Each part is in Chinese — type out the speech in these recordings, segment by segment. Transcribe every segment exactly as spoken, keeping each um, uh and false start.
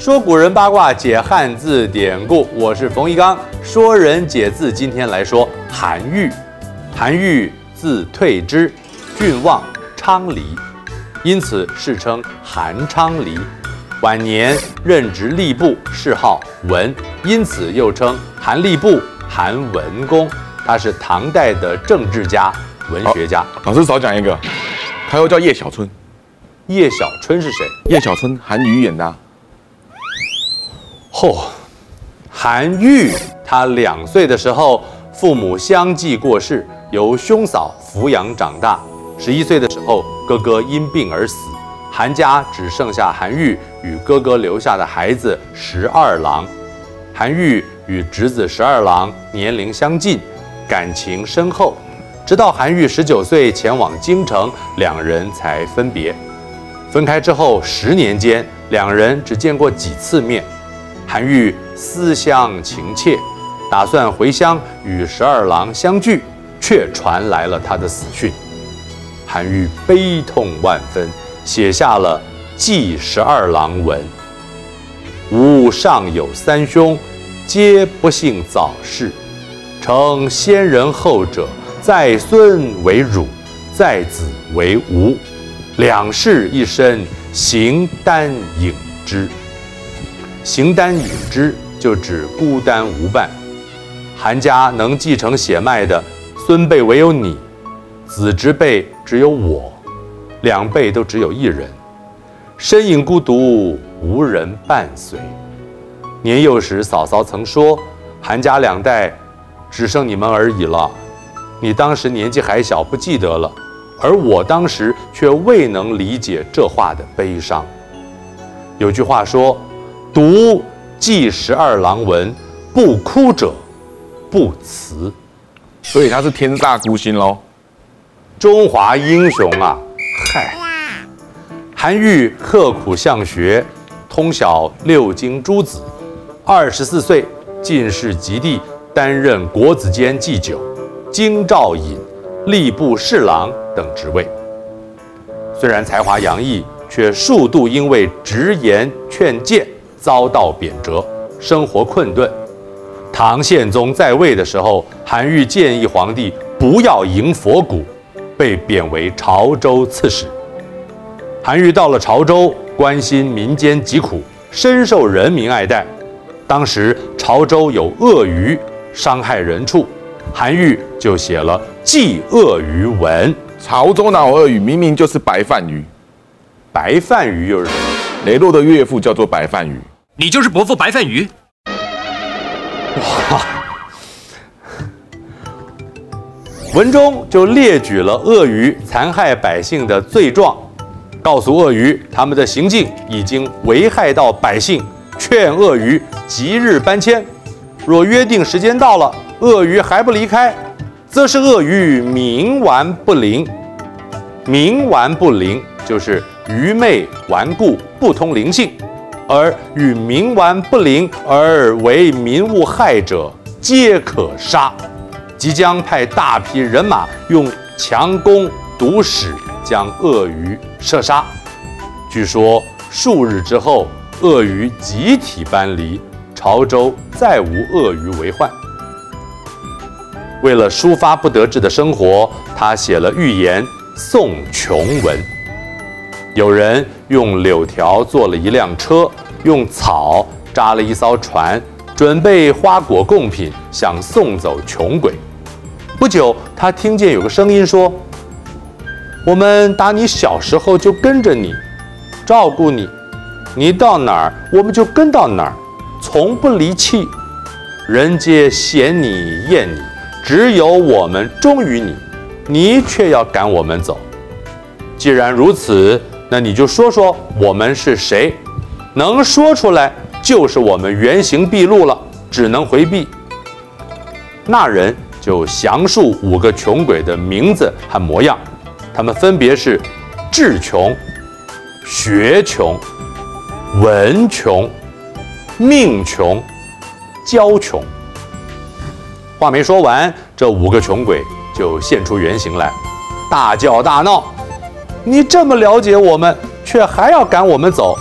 说古人八卦，解汉字典故。我是冯一刚，说人解字。今天来说韩愈。韩愈字退之，郡望昌黎，因此世称韩昌黎。晚年任职吏部，谥号文，因此又称韩吏部、韩文公。他是唐代的政治家、文学家。 老师少讲一个，他又叫叶小春。 叶小春是谁？ 叶小春，韩愈演的、啊。 嚯、哦，韩愈他两岁的时候，父母相继过世，由兄嫂抚养长大。十一岁的时候，哥哥因病而死，韩家只剩下韩愈与哥哥留下的孩子十二郎。韩愈与侄子十二郎年龄相近，感情深厚，直到韩愈十九岁前往京城，两人才分别。分开之后十年间，两人只见过几次面。韩愈思乡情切，打算回乡与十二郎相聚，却传来了他的死讯。韩愈悲痛万分，写下了《祭十二郎文》：吾上有三兄，皆不幸早逝。承先人后者，在孙为汝，在子为吾。两世一身，形单影只。形单影只就指孤单无伴。韩家能继承血脉的，孙辈唯有你，子侄辈只有我，两辈都只有一人。身影孤独，无人伴随。年幼时，嫂嫂曾说，韩家两代只剩你们而已了。你当时年纪还小，不记得了，而我当时却未能理解这话的悲伤。有句话说，读《祭十二郎文》，不哭者不辞。 所以他是天煞孤星喽。 中华英雄啊！嗨，韩愈刻苦向学，通晓六经诸子。二十四岁进士及第，担任国子监祭酒、京兆尹、吏部侍郎等职位。虽然才华洋溢，却数度因为直言劝谏遭到贬谪，生活困顿。唐宪宗在位的时候，韩愈建议皇帝不要迎佛骨，被贬为潮州刺史。韩愈到了潮州，关心民间疾苦，深受人民爱戴。当时潮州有鳄鱼伤害人畜，韩愈就写了《祭鳄鱼文》。 潮州哪有鳄鱼？明明就是白饭鱼。 白饭鱼又是什么？ 雷洛的岳父叫做白饭鱼。 你就是伯父白饭鱼。 哇！文中就列举了鳄鱼残害百姓的罪状，告诉鳄鱼他们的行径已经危害到百姓，劝鳄鱼即日搬迁。若约定时间到了，鳄鱼还不离开，则是鳄鱼冥顽不灵。冥顽不灵就是愚昧顽固，不通灵性。而与冥顽不灵而为民物害者，皆可杀。即将派大批人马用强弓毒矢将鳄鱼射杀。据说数日之后，鳄鱼集体搬离，潮州再无鳄鱼为患。为了抒发不得志的生活，他写了寓言《送穷文》。有人用柳条做了一辆车，用草扎了一艘船，准备花果贡品，想送走穷鬼。不久，他听见有个声音说：“我们打你小时候就跟着你，照顾你，你到哪儿我们就跟到哪儿，从不离弃。人皆嫌你厌你，只有我们忠于你，你却要赶我们走。既然如此，那你就说说我们是谁，能说出来就是我们原形毕露了，只能回避。”那人就详述五个穷鬼的名字和模样，他们分别是智穷、学穷、文穷、命穷、交穷。话没说完，这五个穷鬼就现出原形来，大叫大闹：“你这么了解我们，却还要赶我们走！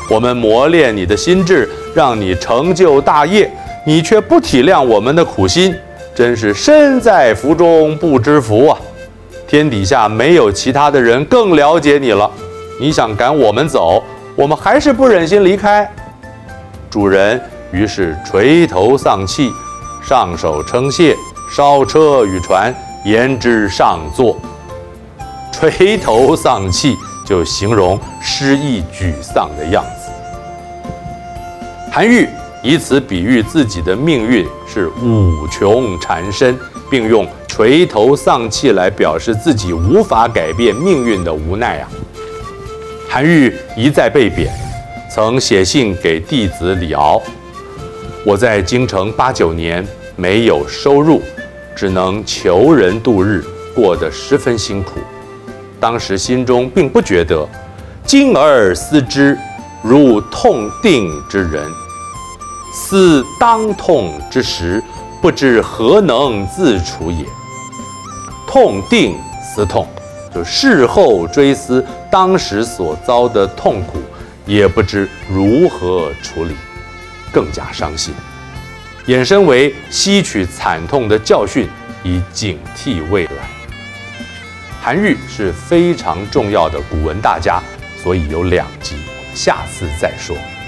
我们磨练你的心智，让你成就大业，你却不体谅我们的苦心，真是身在福中不知福啊！天底下没有其他的人更了解你了。你想赶我们走，我们还是不忍心离开。主人于是垂头丧气，上手称谢，烧车与船，言之上座。垂头丧气就形容失意沮丧的样子。韩愈以此比喻自己的命运是五穷缠身，并用垂头丧气来表示自己无法改变命运的无奈啊。韩愈一再被贬，曾写信给弟子李敖：我在京城八九年没有收入，只能求人度日，过得十分辛苦。当时心中并不觉得，今而思之，如痛定之人。思当痛之时，不知何能自处也。痛定思痛，就事后追思当时所遭的痛苦，也不知如何处理，更加伤心。衍生为吸取惨痛的教训，以警惕未来。韩愈是非常重要的古文大家，所以有两集，我们下次再说。